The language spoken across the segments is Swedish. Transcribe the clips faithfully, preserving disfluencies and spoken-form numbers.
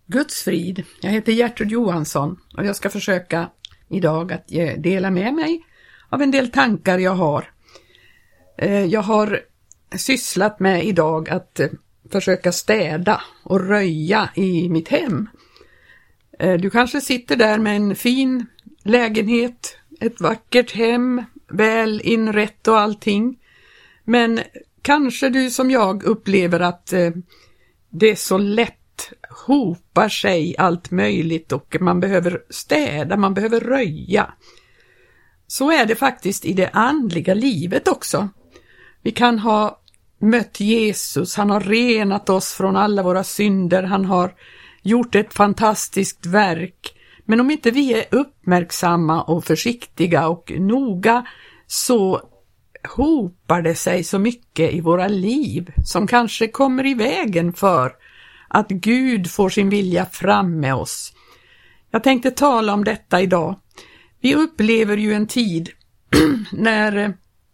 Guds frid. Jag heter Gertrud Johansson och jag ska försöka idag att dela med mig av en del tankar jag har. Jag har sysslat med idag att försöka städa och röja i mitt hem. Du kanske sitter där med en fin lägenhet, ett vackert hem, väl inrätt och allting. Men kanske du som jag upplever att det är så lätt hopar sig allt möjligt och man behöver städa, man behöver röja. Så är det faktiskt i det andliga livet också. Vi kan ha mött Jesus, han har renat oss från alla våra synder, han har gjort ett fantastiskt verk. Men om inte vi är uppmärksamma och försiktiga och noga så hopar det sig så mycket i våra liv som kanske kommer i vägen för att Gud får sin vilja fram med oss. Jag tänkte tala om detta idag. Vi upplever ju en tid när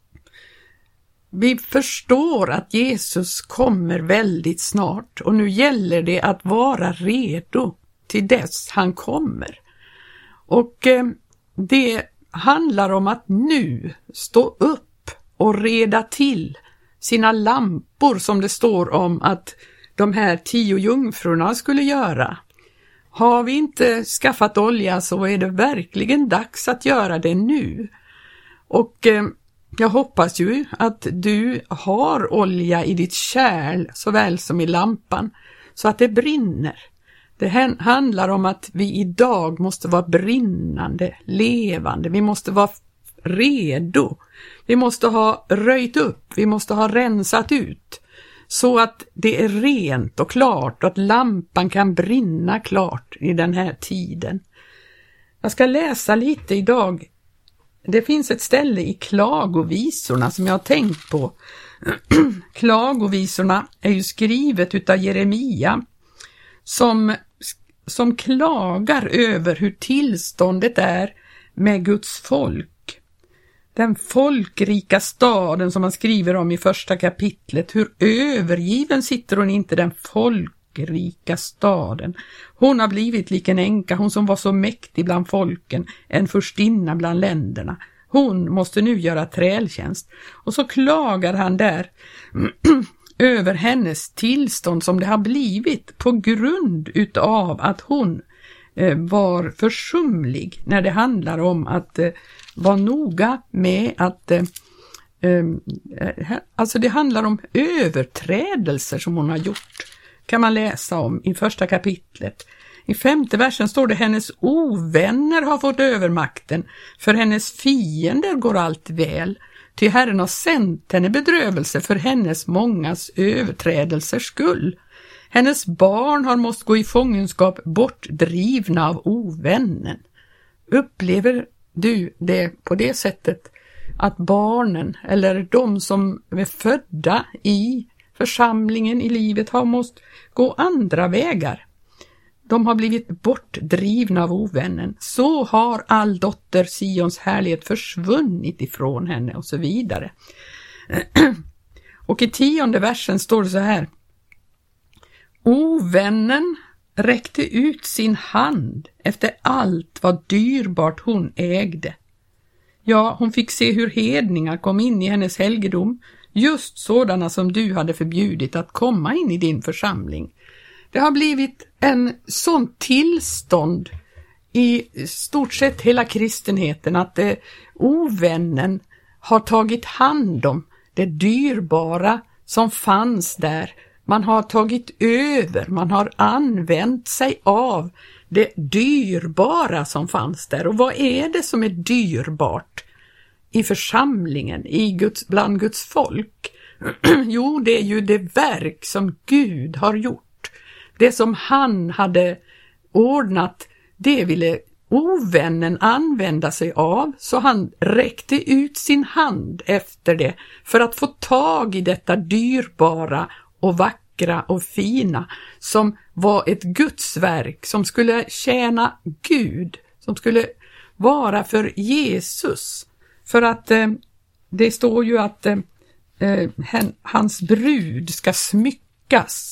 vi förstår att Jesus kommer väldigt snart och nu gäller det att vara redo till dess han kommer. Och eh, det handlar om att nu stå upp och reda till sina lampor som det står om att de här tio jungfrurna skulle göra. Har vi inte skaffat olja så är det verkligen dags att göra det nu. Och eh, jag hoppas ju att du har olja i ditt kärl såväl som i lampan så att det brinner. Det handlar om att vi idag måste vara brinnande, levande. Vi måste vara redo. Vi måste ha röjt upp. Vi måste ha rensat ut. Så att det är rent och klart och att lampan kan brinna klart i den här tiden. Jag ska läsa lite idag. Det finns ett ställe i Klagovisorna som jag har tänkt på. Klagovisorna är ju skrivet utav Jeremia som, som klagar över hur tillståndet är med Guds folk. Den folkrika staden som man skriver om i första kapitlet. Hur övergiven sitter hon inte, den folkrika staden. Hon har blivit lik en änka, hon som var så mäktig bland folken, en furstinna bland länderna. Hon måste nu göra trältjänst. Och så klagar han där över hennes tillstånd som det har blivit på grund utav att hon eh, var försumlig när det handlar om att eh, vara noga med att eh, eh, alltså det handlar om överträdelser som hon har gjort. Kan man läsa om i första kapitlet. I femte versen står det: hennes ovänner har fått övermakten, för hennes fiender går allt väl. Till Herren har sänt henne bedrövelse för hennes mångas överträdelsers skull. Hennes barn har måste gå i fångenskap, bortdrivna av ovännen. Upplever du det på det sättet att barnen eller de som är födda i församlingen i livet har måste gå andra vägar? De har blivit bortdrivna av ovännen. Så har all dotter Sions härlighet försvunnit ifrån henne och så vidare. Och i tionde versen står det så här: ovännen räckte ut sin hand efter allt vad dyrbart hon ägde. Ja, hon fick se hur hedningar kom in i hennes helgedom, just sådana som du hade förbjudit att komma in i din församling. Det har blivit en sån tillstånd i stort sett hela kristenheten att eh, ovännen har tagit hand om det dyrbara som fanns där. Man har tagit över, man har använt sig av det dyrbara som fanns där. Och vad är det som är dyrbart i församlingen, i Guds, bland Guds folk? Jo, det är ju det verk som Gud har gjort. Det som han hade ordnat, det ville ovännen använda sig av, så han räckte ut sin hand efter det för att få tag i detta dyrbara och vackra och fina som var ett Guds verk, som skulle tjäna Gud, som skulle vara för Jesus. För att eh, det står ju att eh, hans brud ska smyckas.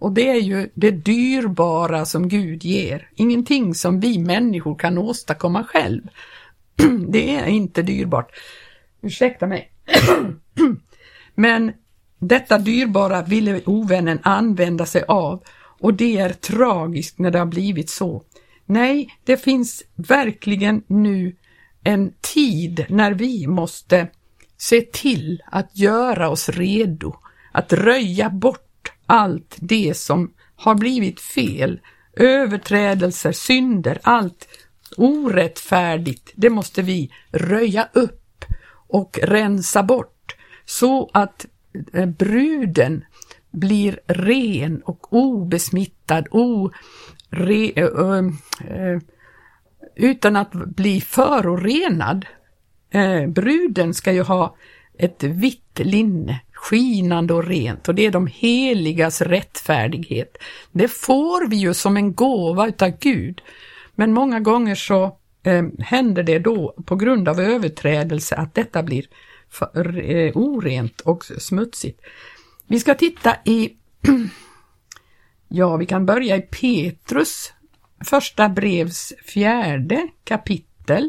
Och det är ju det dyrbara som Gud ger. Ingenting som vi människor kan åstadkomma själv. Det är inte dyrbart. Ursäkta mig. Men detta dyrbara ville ovännen använda sig av. Och det är tragiskt när det har blivit så. Nej, det finns verkligen nu en tid när vi måste se till att göra oss redo. Att röja bort allt det som har blivit fel. Överträdelser, synder, allt orättfärdigt. Det måste vi röja upp och rensa bort. Så att bruden blir ren och obesmittad. Ore, ö, ö, utan att bli förorenad. Eh, bruden ska ju ha ett vitt linne, skinande och rent, och det är de heligas rättfärdighet. Det får vi ju som en gåva utav Gud, men många gånger så eh, händer det då på grund av överträdelse att detta blir för, eh, orent och smutsigt. Vi ska titta i ja, vi kan börja i Petrus första brevs fjärde kapitel.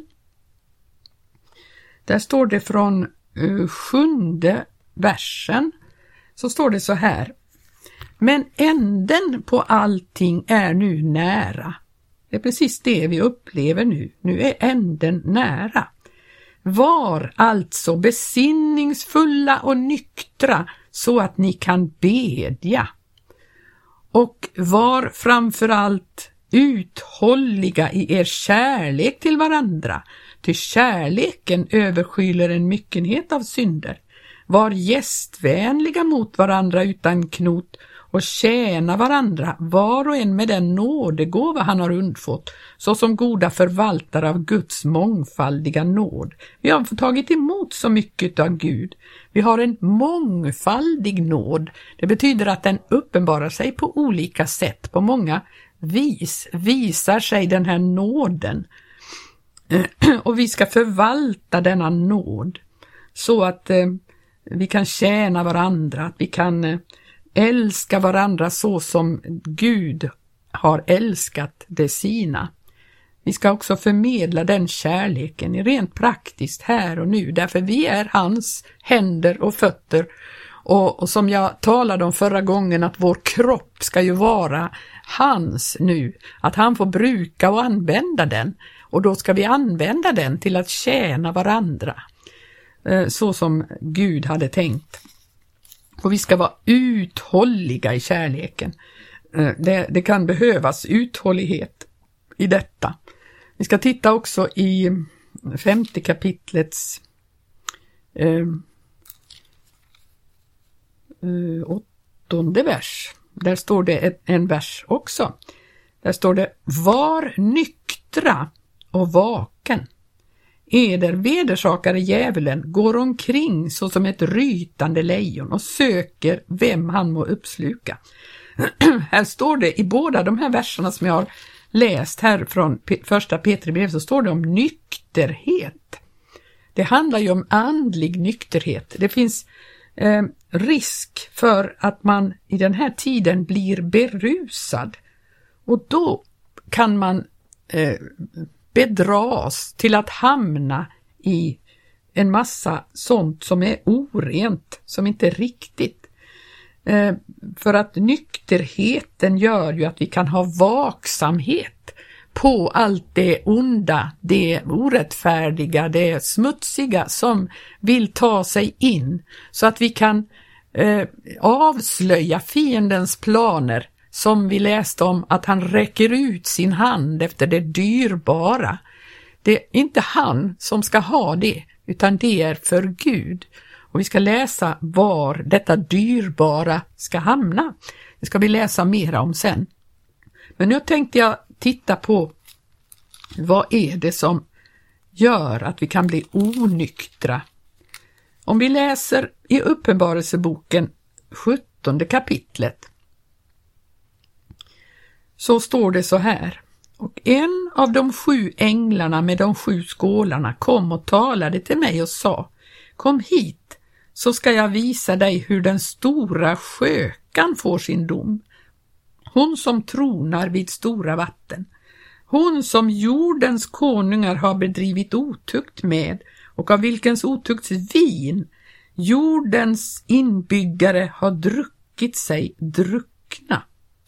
Där står det från uh, sjunde versen, så står det så här: men änden på allting är nu nära. Det är precis det vi upplever nu. Nu är änden nära. Var alltså besinningsfulla och nyktra så att ni kan bedja. Och var framförallt uthålliga i er kärlek till varandra, till kärleken överskyler en myckenhet av synder. Var gästvänliga mot varandra utan knot och tjäna varandra, var och en med den nådegåva han har undfått, såsom goda förvaltare av Guds mångfaldiga nåd. Vi har fått tagit emot så mycket av Gud. Vi har en mångfaldig nåd. Det betyder att den uppenbarar sig på olika sätt, på många vis visar sig den här nåden. Och vi ska förvalta denna nåd så att eh, vi kan tjäna varandra, att vi kan eh, älska varandra så som Gud har älskat det sina. Vi ska också förmedla den kärleken i rent praktiskt här och nu, därför vi är hans händer och fötter. Och, och som jag talade om förra gången, att vår kropp ska ju vara hans nu, att han får bruka och använda den, och då ska vi använda den till att tjäna varandra så som Gud hade tänkt. Och vi ska vara uthålliga i kärleken. Det, det kan behövas uthållighet i detta. Vi ska titta också i femte kapitlets eh, åttonde vers. Där står det ett, en vers också. Där står det: var nyktra och vaken. Eder vedersakare djävulen går omkring så som ett rytande lejon och söker vem han må uppsluka. Här står det i båda de här verserna som jag har läst här från första Petri brev, så står det om nykterhet. Det handlar ju om andlig nykterhet. Det finns eh, risk för att man i den här tiden blir berusad, och då kan man eh, bedras till att hamna i en massa sånt som är orent, som inte är riktigt. Eh, för att nykterheten gör ju att vi kan ha vaksamhet på allt det onda, det orättfärdiga, det smutsiga som vill ta sig in, så att vi kan eh, avslöja fiendens planer, som vi läste om, att han räcker ut sin hand efter det dyrbara. Det är inte han som ska ha det, utan det är för Gud. Och vi ska läsa var detta dyrbara ska hamna. Det ska vi läsa mera om sen. Men nu tänkte jag titta på vad är det som gör att vi kan bli onyktra. Om vi läser i Uppenbarelseboken sjuttonde kapitlet, så står det så här: och en av de sju änglarna med de sju skålarna kom och talade till mig och sa: kom hit, så ska jag visa dig hur den stora skökan får sin dom. hon som tronar vid stora vatten, hon som jordens konungar har bedrivit otukt med och av vilkens otukts vin jordens inbyggare har druckit sig druckna.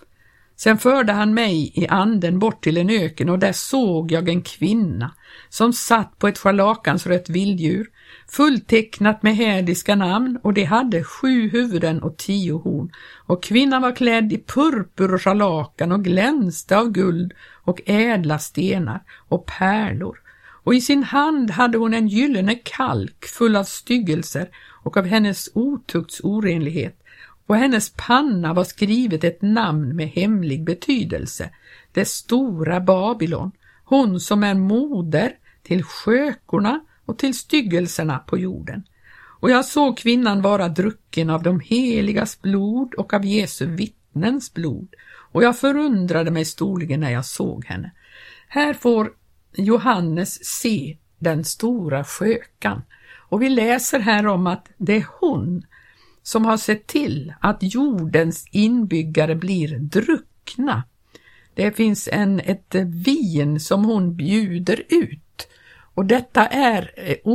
Sen förde han mig i anden bort till en öken och där såg jag en kvinna som satt på ett scharlakansrött vilddjur, fulltecknat med hädiska namn, och det hade sju huvuden och tio horn. Och kvinnan var klädd i purpur och scharlakan och glänste av guld och ädla stenar och pärlor. Och i sin hand hade hon en gyllene kalk full av styggelser och av hennes otukts orenlighet. Och hennes panna var skrivet ett namn med hemlig betydelse, det stora Babylon, hon som är moder till skökorna och till styggelserna på jorden. Och jag såg kvinnan vara drucken av de heligas blod och av Jesu vittnens blod, och jag förundrade mig storligen när jag såg henne. Här får Johannes se den stora skökan, och vi läser här om att det är hon som har sett till att jordens inbyggare blir druckna. Det finns en, ett vin som hon bjuder ut, och detta är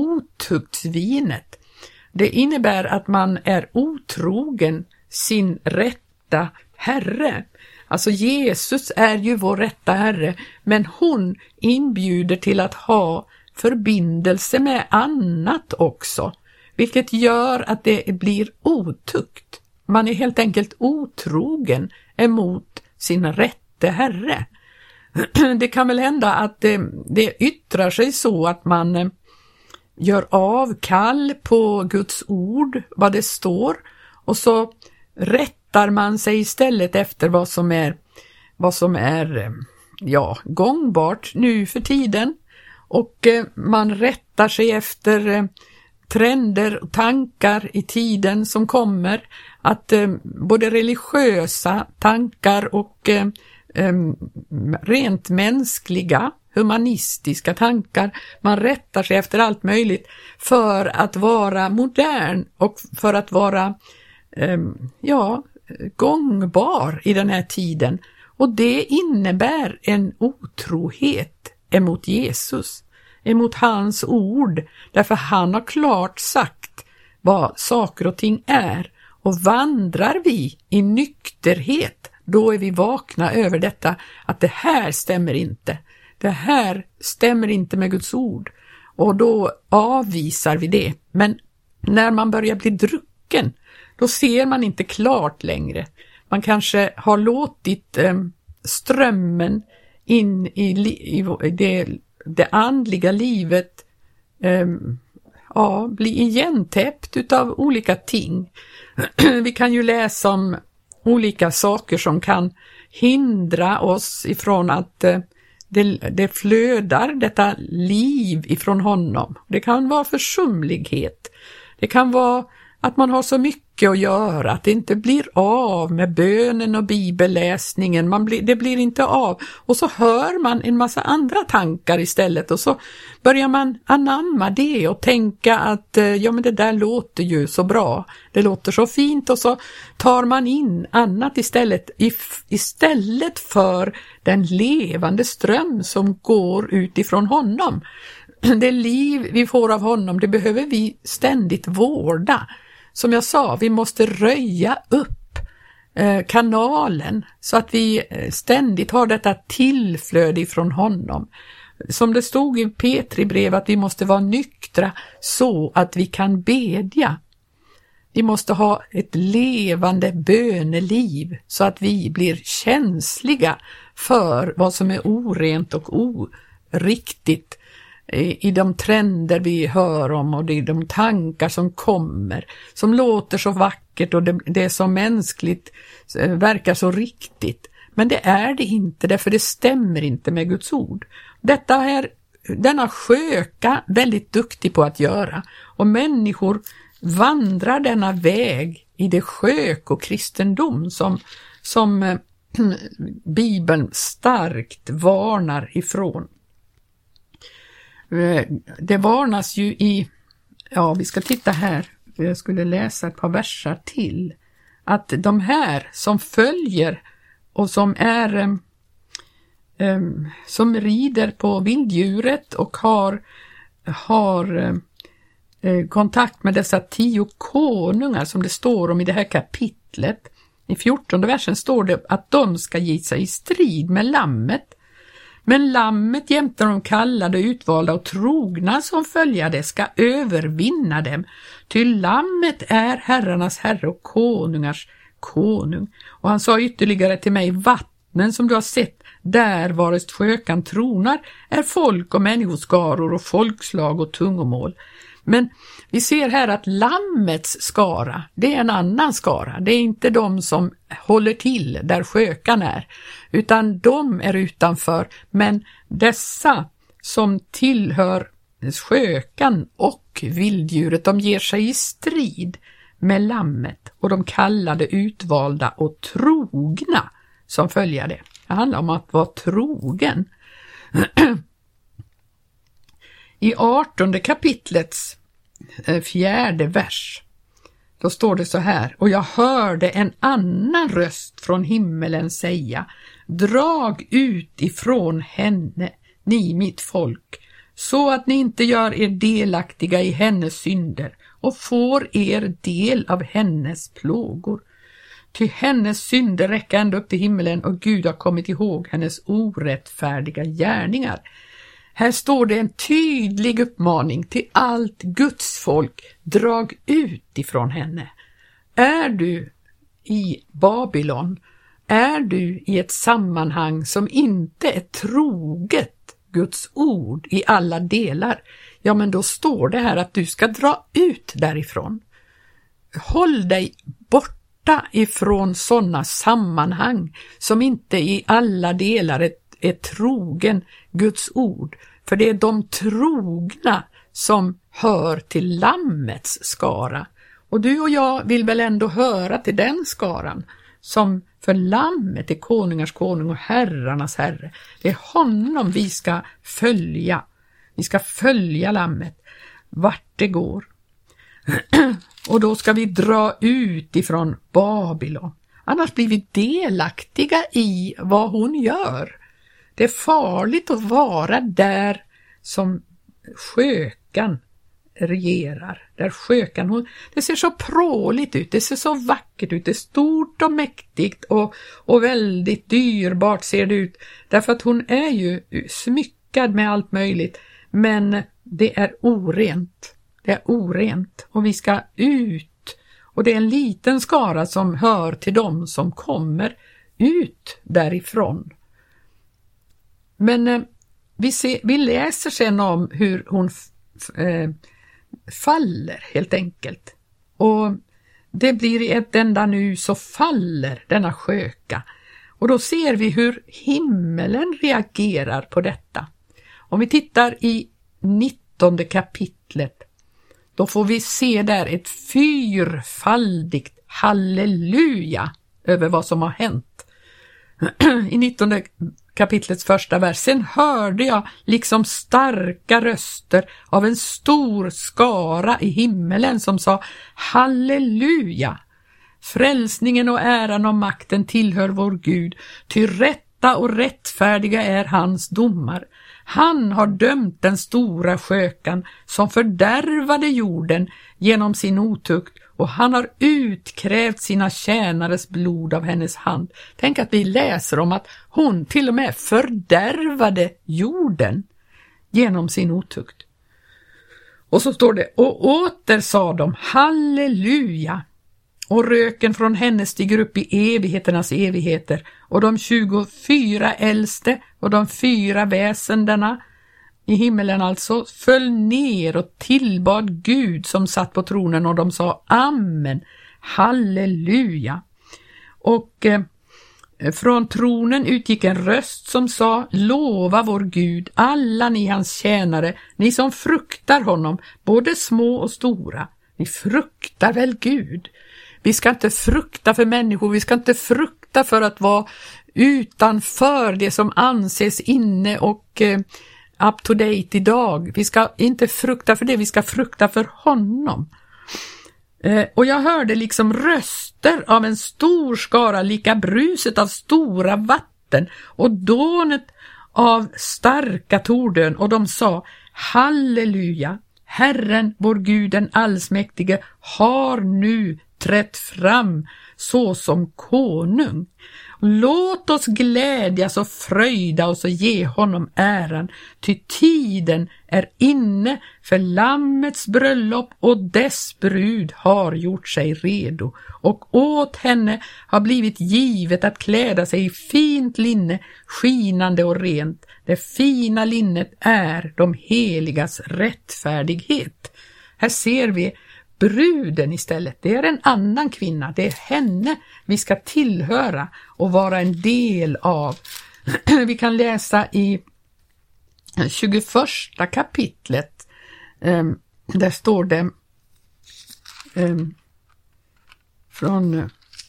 otuktsvinet. Det innebär att man är otrogen sin rätta herre. Alltså Jesus är ju vår rätta herre, men hon inbjuder till att ha förbindelse med annat också, vilket gör att det blir otukt. Man är helt enkelt otrogen emot sin rätte herre. Det kan väl hända att det, det yttrar sig så att man gör avkall på Guds ord, vad det står, och så rättar man sig istället efter vad som är, vad som är ja, gångbart nu för tiden, och man rättar sig efter trender och tankar i tiden som kommer, att eh, både religiösa tankar och eh, eh, rent mänskliga, humanistiska tankar, man rättar sig efter allt möjligt för att vara modern och för att vara eh, ja, gångbar i den här tiden, och det innebär en otrohet emot Jesus, emot hans ord, därför han har klart sagt vad saker och ting är, och vandrar vi i nykterhet, då är vi vakna över detta, att det här stämmer inte, det här stämmer inte med Guds ord, och då avvisar vi det. Men när man börjar bli drucken, då ser man inte klart längre. Man kanske har låtit eh, strömmen in i, li- i det det andliga livet eh, ja, bli igentäppt utav olika ting. Vi kan ju läsa om olika saker som kan hindra oss ifrån att eh, det, det flödar detta liv ifrån honom. Det kan vara försumlighet. Det kan vara att man har så mycket att göra, att det inte blir av med bönen och bibelläsningen. Man blir, det blir inte av. Och så hör man en massa andra tankar istället, och så börjar man anamma det och tänka att ja, men det där låter ju så bra. Det låter så fint, och så tar man in annat istället, istället för den levande ström som går utifrån honom. Det liv vi får av honom, det behöver vi ständigt vårda. Som jag sa, vi måste röja upp eh, kanalen så att vi ständigt har detta tillflöde ifrån honom. Som det stod i Petri brev, att vi måste vara nyktra så att vi kan bedja. Vi måste ha ett levande böneliv så att vi blir känsliga för vad som är orent och oriktigt i de trender vi hör om, och det är de tankar som kommer, som låter så vackert, och det, det är så mänskligt, verkar så riktigt. Men det är det inte, därför det stämmer inte med Guds ord. Detta är denna sköka väldigt duktig på att göra, och människor vandrar denna väg i det skök och kristendom som, som eh, Bibeln starkt varnar ifrån. Det varnas ju i, ja vi ska titta här, jag skulle läsa ett par versar till, att de här som följer och som är eh, eh, som rider på vilddjuret och har, har eh, kontakt med dessa tio konungar som det står om i det här kapitlet. I fjortonde versen står det att de ska ge sig i strid med lammet. Men lammet jämte de kallade, utvalda och trogna som följer det ska övervinna dem. Ty lammet är herrarnas herre och konungars konung. Och han sa ytterligare till mig, vattnen som du har sett där varest sjökan tronar är folk och människoskaror och folkslag och tungomål. Men vi ser här att lammets skara, det är en annan skara. Det är inte de som håller till där sjökan är, utan de är utanför. Men dessa som tillhör sjökan och vilddjuret, de ger sig i strid med lammet och de kallade, utvalda och trogna som följer det. Det handlar om att vara trogen. I artonde kapitlets fjärde vers, då står det så här: och jag hörde en annan röst från himmelen säga, drag ut ifrån henne, ni mitt folk, så att ni inte gör er delaktiga i hennes synder och får er del av hennes plågor. Ty hennes synder räcker ända upp till himmelen och Gud har kommit ihåg hennes orättfärdiga gärningar. Här står det en tydlig uppmaning till allt Guds folk. Drag ut ifrån henne. Är du i Babylon? Är du i ett sammanhang som inte är troget Guds ord i alla delar? Ja, men då står det här att du ska dra ut därifrån. Håll dig borta ifrån sådana sammanhang som inte i alla delar är är trogen Guds ord, för det är de trogna som hör till lammets skara. Och du och jag vill väl ändå höra till den skaran som för lammet är konungars konung och herrarnas herre. Det är honom vi ska följa. Vi ska följa lammet vart det går. Och då ska vi dra ut ifrån Babylon. Annars blir vi delaktiga i vad hon gör. Det är farligt att vara där som sjökan regerar. Där sjökan, hon, det ser så pråligt ut, det ser så vackert ut, det är stort och mäktigt och, och väldigt dyrbart ser det ut. Därför att hon är ju smyckad med allt möjligt, men det är orent. Det är orent och vi ska ut. Och det är en liten skara som hör till dem som kommer ut därifrån. Men eh, vi, ser, vi läser sen om hur hon f- eh, faller helt enkelt. Och det blir i ett enda nu så faller denna sjöka. Och då ser vi hur himmelen reagerar på detta. Om vi tittar i nittonde kapitlet, då får vi se där ett fyrfaldigt halleluja över vad som har hänt. I nittonde kapitlets första vers, sen hörde jag liksom starka röster av en stor skara i himmelen som sa halleluja. Frälsningen och äran och makten tillhör vår Gud, ty rätta och rättfärdiga är hans domar. Han har dömt den stora sjökan som fördärvade jorden genom sin otukt och han har utkrävt sina tjänares blod av hennes hand. Tänk att vi läser om att hon till och med fördärvade jorden genom sin otukt. Och så står det, och åter sa de halleluja. Och röken från henne stiger upp i evigheternas evigheter. Och de tjugofyra äldste och de fyra väsenderna i himmelen alltså föll ner och tillbad Gud som satt på tronen. Och de sa amen, halleluja. Och eh, från tronen utgick en röst som sa, lova vår Gud, alla ni hans tjänare, ni som fruktar honom, både små och stora. Ni fruktar väl Gud? Vi ska inte frukta för människor, vi ska inte frukta för att vara utanför det som anses inne och eh, up to date idag. Vi ska inte frukta för det, vi ska frukta för honom. Eh, och jag hörde liksom röster av en stor skara, lika bruset av stora vatten och dånet av starka tordön, och de sa: Halleluja, Herren vår Gud den allsmäktige har nu trätt fram så som konung. Låt oss glädjas och fröjda oss och ge honom äran, ty tiden är inne för lammets bröllop och dess brud har gjort sig redo, och åt henne har blivit givet att kläda sig i fint linne, skinande och rent. Det fina linnet är de heligas rättfärdighet. Här ser vi bruden istället. Det är en annan kvinna. Det är henne vi ska tillhöra och vara en del av. Vi kan läsa i tjugoförsta kapitlet. Um, där står det um, från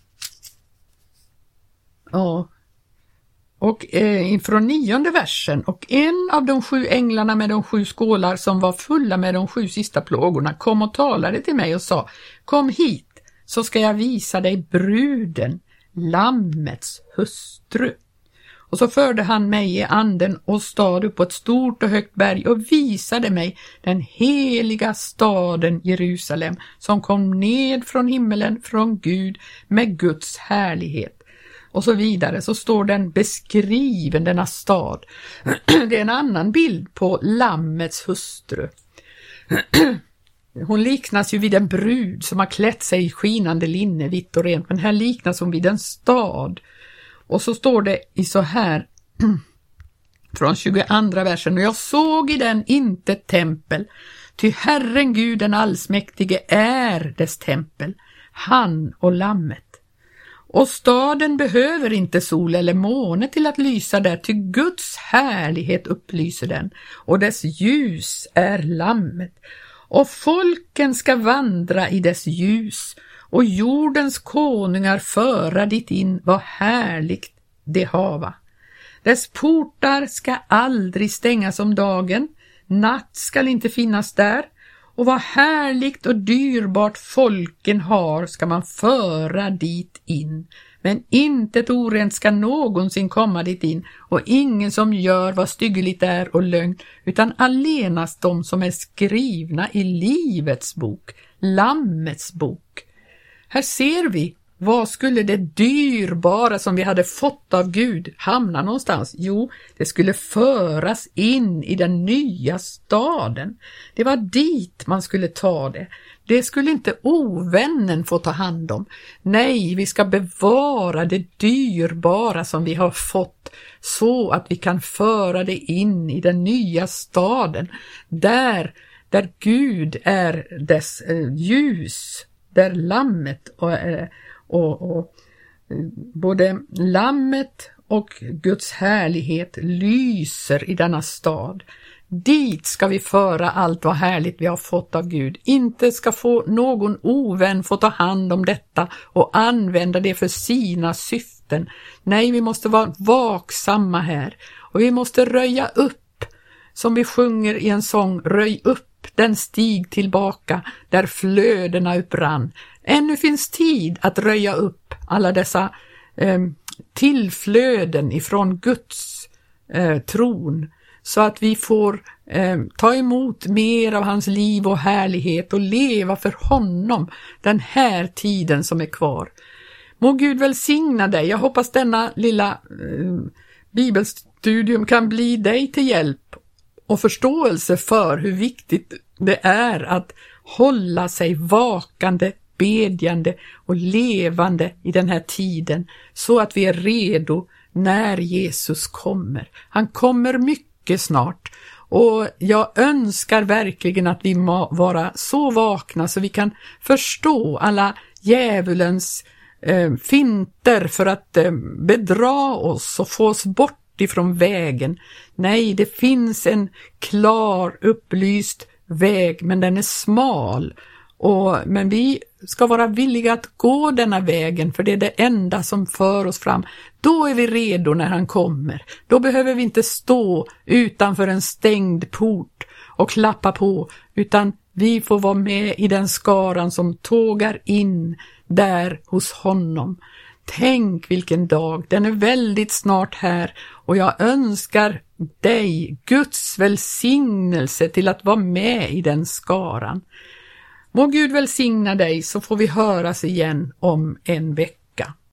ja och eh, från nionde versen: och en av de sju änglarna med de sju skålar som var fulla med de sju sista plågorna kom och talade till mig och sa: kom hit, så ska jag visa dig bruden, lammets hustru. Och så förde han mig i anden och stad upp på ett stort och högt berg och visade mig den heliga staden Jerusalem, som kom ned från himmelen från Gud med Guds härlighet. Och så vidare, så står den beskriven, denna stad. Det är en annan bild på lammets hustru. Hon liknas ju vid en brud som har klätt sig i skinande linne, vitt och rent, men här liknas hon vid en stad. Och så står det i så här från tjugoandra versen: och jag såg i den inte tempel, ty Herren Gud den allsmäktige är dess tempel, han och lammet. Och staden behöver inte sol eller måne till att lysa där, ty Guds härlighet upplyser den, och dess ljus är lammet. Och folken ska vandra i dess ljus, och jordens konungar föra dit in vad härligt det hava. Dess portar ska aldrig stängas om dagen, natt skall inte finnas där, och vad härligt och dyrbart folken har ska man föra dit in. Men inte ett orent ska någonsin komma dit in, och ingen som gör vad styggeligt är och lögn, utan allenast de som är skrivna i livets bok, lammets bok. Här ser vi, vad skulle det dyrbara som vi hade fått av Gud hamna någonstans? Jo, det skulle föras in i den nya staden. Det var dit man skulle ta det. Det skulle inte ovännen få ta hand om. Nej, vi ska bevara det dyrbara som vi har fått, så att vi kan föra det in i den nya staden. Där, där Gud är dess eh, ljus, där lammet och eh, Och, och både lammet och Guds härlighet lyser i denna stad. Dit ska vi föra allt vad härligt vi har fått av Gud. Inte ska få någon ovän få ta hand om detta och använda det för sina syften. Nej, vi måste vara vaksamma här, och vi måste röja upp, som vi sjunger i en sång: röj upp den stig tillbaka där flödena upprann. Ännu finns tid att röja upp alla dessa eh, tillflöden ifrån Guds eh, tron, så att vi får eh, ta emot mer av hans liv och härlighet och leva för honom den här tiden som är kvar. Må Gud välsigna dig. Jag hoppas denna lilla eh, bibelstudium kan bli dig till hjälp och förståelse för hur viktigt det är att hålla sig vakande, bedjande och levande i den här tiden, så att vi är redo när Jesus kommer. Han kommer mycket snart, och jag önskar verkligen att vi må vara så vakna så vi kan förstå alla djävulens eh, finter för att eh, bedra oss och få oss bort ifrån vägen. Nej, det finns en klar upplyst väg, men den är smal. Och, men vi ska vara villiga att gå denna vägen, för det är det enda som för oss fram. Då är vi redo när han kommer. Då behöver vi inte stå utanför en stängd port och klappa på, utan vi får vara med i den skaran som tågar in där hos honom. Tänk vilken dag, den är väldigt snart här, och jag önskar dig Guds välsignelse till att vara med i den skaran. Må Gud välsigna dig, så får vi höras igen om en vecka.